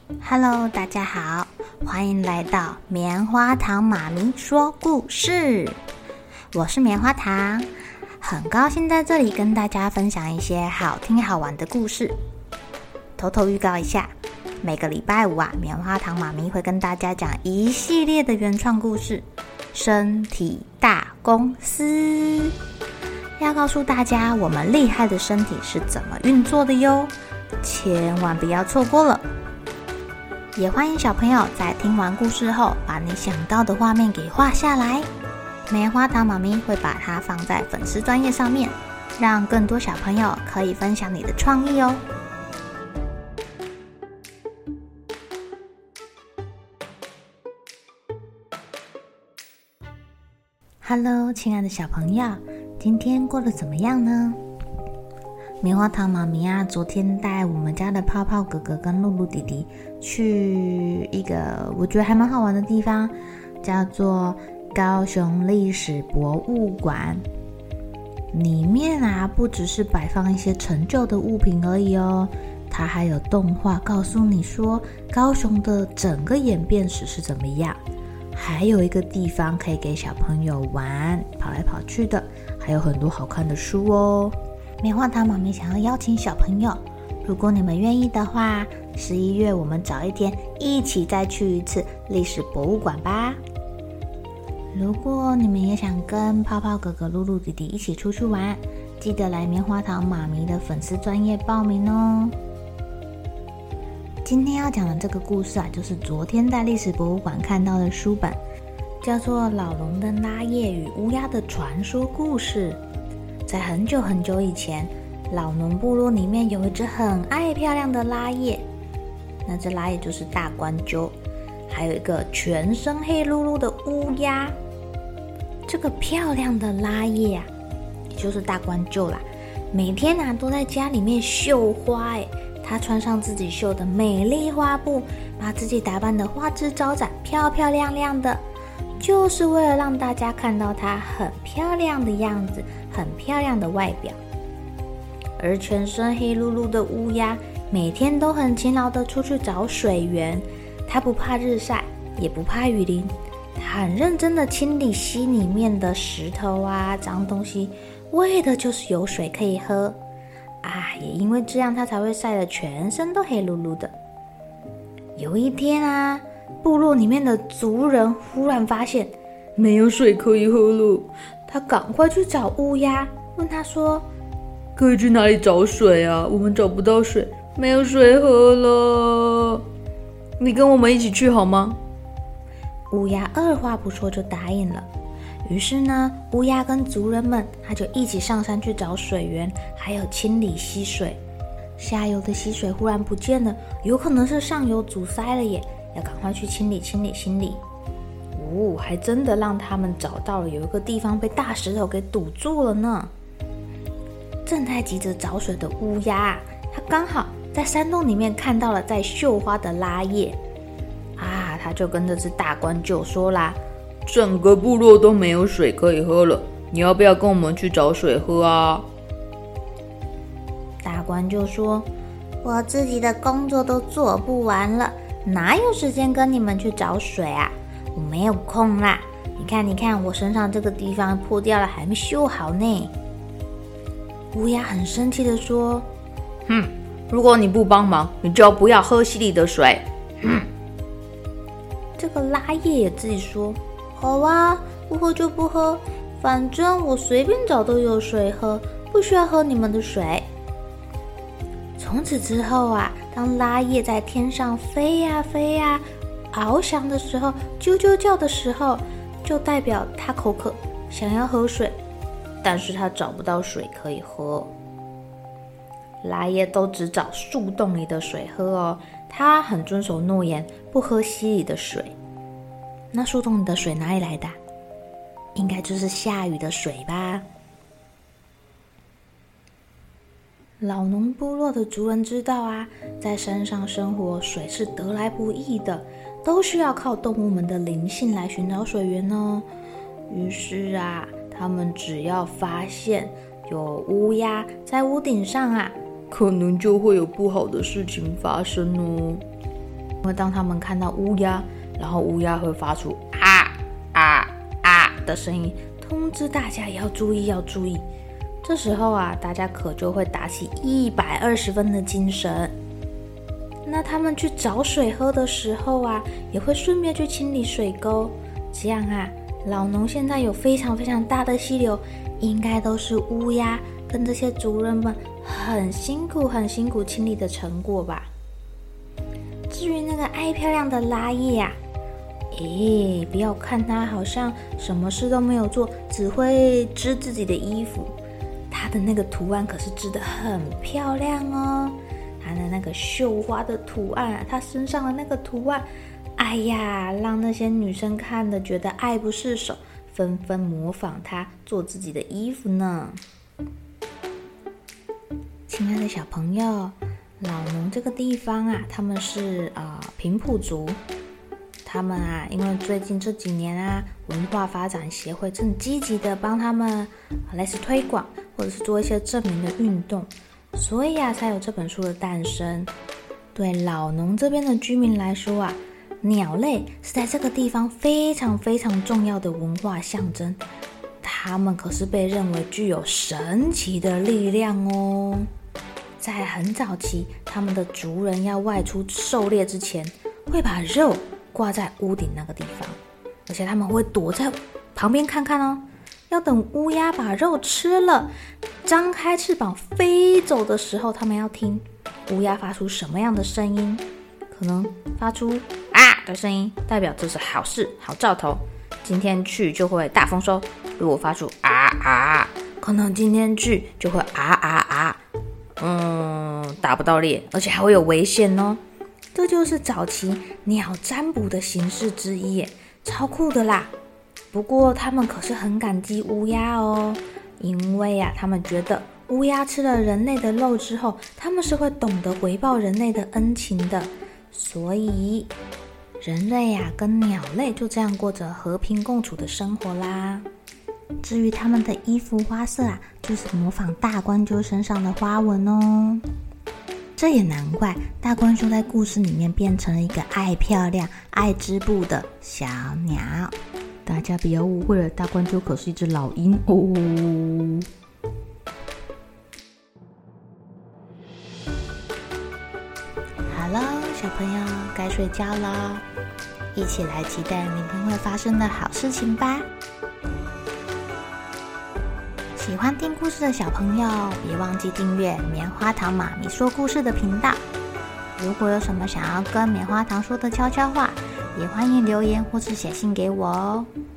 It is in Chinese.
Hello， 大家好，欢迎来到棉花糖妈咪说故事。我是棉花糖，很高兴在这里跟大家分享一些好听好玩的故事。偷偷预告一下，每个礼拜五棉花糖妈咪会跟大家讲一系列的原创故事，身体大公司，要告诉大家我们厉害的身体是怎么运作的哟，千万不要错过了。也欢迎小朋友在听完故事后，把你想到的画面给画下来。棉花糖妈咪会把它放在粉丝专页上面，让更多小朋友可以分享你的创意哦。Hello， 亲爱的小朋友，今天过得怎么样呢？棉花糖妈咪昨天带我们家的泡泡哥哥跟露露弟弟去一个我觉得还蛮好玩的地方，叫做高雄历史博物馆。里面不只是摆放一些陈旧的物品而已哦，它还有动画告诉你说高雄的整个演变史是怎么样，还有一个地方可以给小朋友玩，跑来跑去的，还有很多好看的书哦。棉花糖妈咪想要邀请小朋友，如果你们愿意的话，11月我们找一天一起再去一次历史博物馆吧。如果你们也想跟泡泡哥哥、露露弟弟一起出去玩，记得来棉花糖妈咪的粉丝专页报名哦。今天要讲的这个故事就是昨天在历史博物馆看到的书本，叫做《老龙的拉叶与乌鸦的传说故事》。在很久很久以前，老农部落里面有一只很爱漂亮的拉叶，那只拉叶就是大冠鸠，还有一个全身黑噜噜的乌鸦。这个漂亮的拉叶也就是大冠鸠啦，每天都在家里面绣花她穿上自己绣的美丽花布，把自己打扮得花枝招展，漂漂亮亮的，就是为了让大家看到她很漂亮的样子，很漂亮的外表。而全身黑噜噜的乌鸦每天都很勤劳地出去找水源，它不怕日晒，也不怕雨淋，它很认真地清理溪里面的石头脏东西，为的就是有水可以喝也因为这样它才会晒得全身都黑噜噜的。有一天部落里面的族人忽然发现没有水可以喝了，他赶快去找乌鸦，问他说，可以去哪里找水我们找不到水，没有水喝了，你跟我们一起去好吗？乌鸦二话不说就答应了。于是呢，乌鸦跟族人们他就一起上山去找水源，还有清理溪水。下游的溪水忽然不见了，有可能是上游阻塞了耶，要赶快去清理。还真的让他们找到了有一个地方被大石头给堵住了呢。正在急着找水的乌鸦他刚好在山洞里面看到了在绣花的拉叶他就跟这只大冠鸠说啦，整个部落都没有水可以喝了，你要不要跟我们去找水喝大冠鸠说，我自己的工作都做不完了，哪有时间跟你们去找水我没有空啦，你看我身上这个地方破掉了，还没修好呢。乌鸦很生气地说，如果你不帮忙，你就不要喝溪里的水。这个拉叶也自己说，好不喝就不喝，反正我随便找都有水喝，不需要喝你们的水。从此之后当拉叶在天上飞呀飞呀，翱翔的时候，啾啾叫的时候，就代表它口渴，想要喝水，但是它找不到水可以喝。拉叶都只找树洞里的水喝它很遵守诺言，不喝溪里的水。那树洞里的水哪里来的？应该就是下雨的水吧。老农部落的族人知道在山上生活水是得来不易的，都需要靠动物们的灵性来寻找水源哦。于是他们只要发现有乌鸦在屋顶上可能就会有不好的事情发生哦。 因为当他们看到乌鸦，然后乌鸦会发出啊啊啊的声音，通知大家要注意要注意。这时候啊，大家可就会打起120分的精神。那他们去找水喝的时候啊，也会顺便去清理水沟。这样啊，老农现在有非常非常大的溪流，应该都是乌鸦跟这些族人们很辛苦清理的成果吧。至于那个爱漂亮的拉叶啊，不要看他好像什么事都没有做，只会织自己的衣服，他的那个图案可是织得很漂亮哦。他的那个绣花的图案啊，他身上的那个图案，哎呀，让那些女生看的觉得爱不释手，纷纷模仿他做自己的衣服呢。亲爱的小朋友，老农这个地方啊，他们是平埔族。他们啊，因为最近这几年啊，文化发展协会正积极的帮他们类似推广，或者是做一些证明的运动，所以啊，才有这本书的诞生。对老农这边的居民来说啊，鸟类是在这个地方非常非常重要的文化象征，它们可是被认为具有神奇的力量哦。在很早期，他们的族人要外出狩猎之前，会把肉挂在屋顶那个地方，而且他们会躲在旁边看看哦，要等乌鸦把肉吃了，张开翅膀飞走的时候，他们要听乌鸦发出什么样的声音，可能发出啊的声音，代表这是好事好兆头，今天去就会大丰收。如果发出啊啊，可能今天去就会啊啊啊，打不到猎，而且还会有危险哦。这就是早期鸟占卜的形式之一耶，超酷的啦。不过他们可是很感激乌鸦哦，因为啊，他们觉得乌鸦吃了人类的肉之后，他们是会懂得回报人类的恩情的，所以人类啊跟鸟类就这样过着和平共处的生活啦。至于他们的衣服花色啊，就是模仿大冠鸠身上的花纹哦。这也难怪大冠鸠在故事里面变成了一个爱漂亮、爱织布的小鸟。大家不要误会了，大冠鸠可是一只老鹰哦。好了，小朋友该睡觉了，一起来期待明天会发生的好事情吧。喜欢听故事的小朋友，别忘记订阅棉花糖妈咪说故事的频道。如果有什么想要跟棉花糖说的悄悄话，也欢迎留言或是写信给我哦。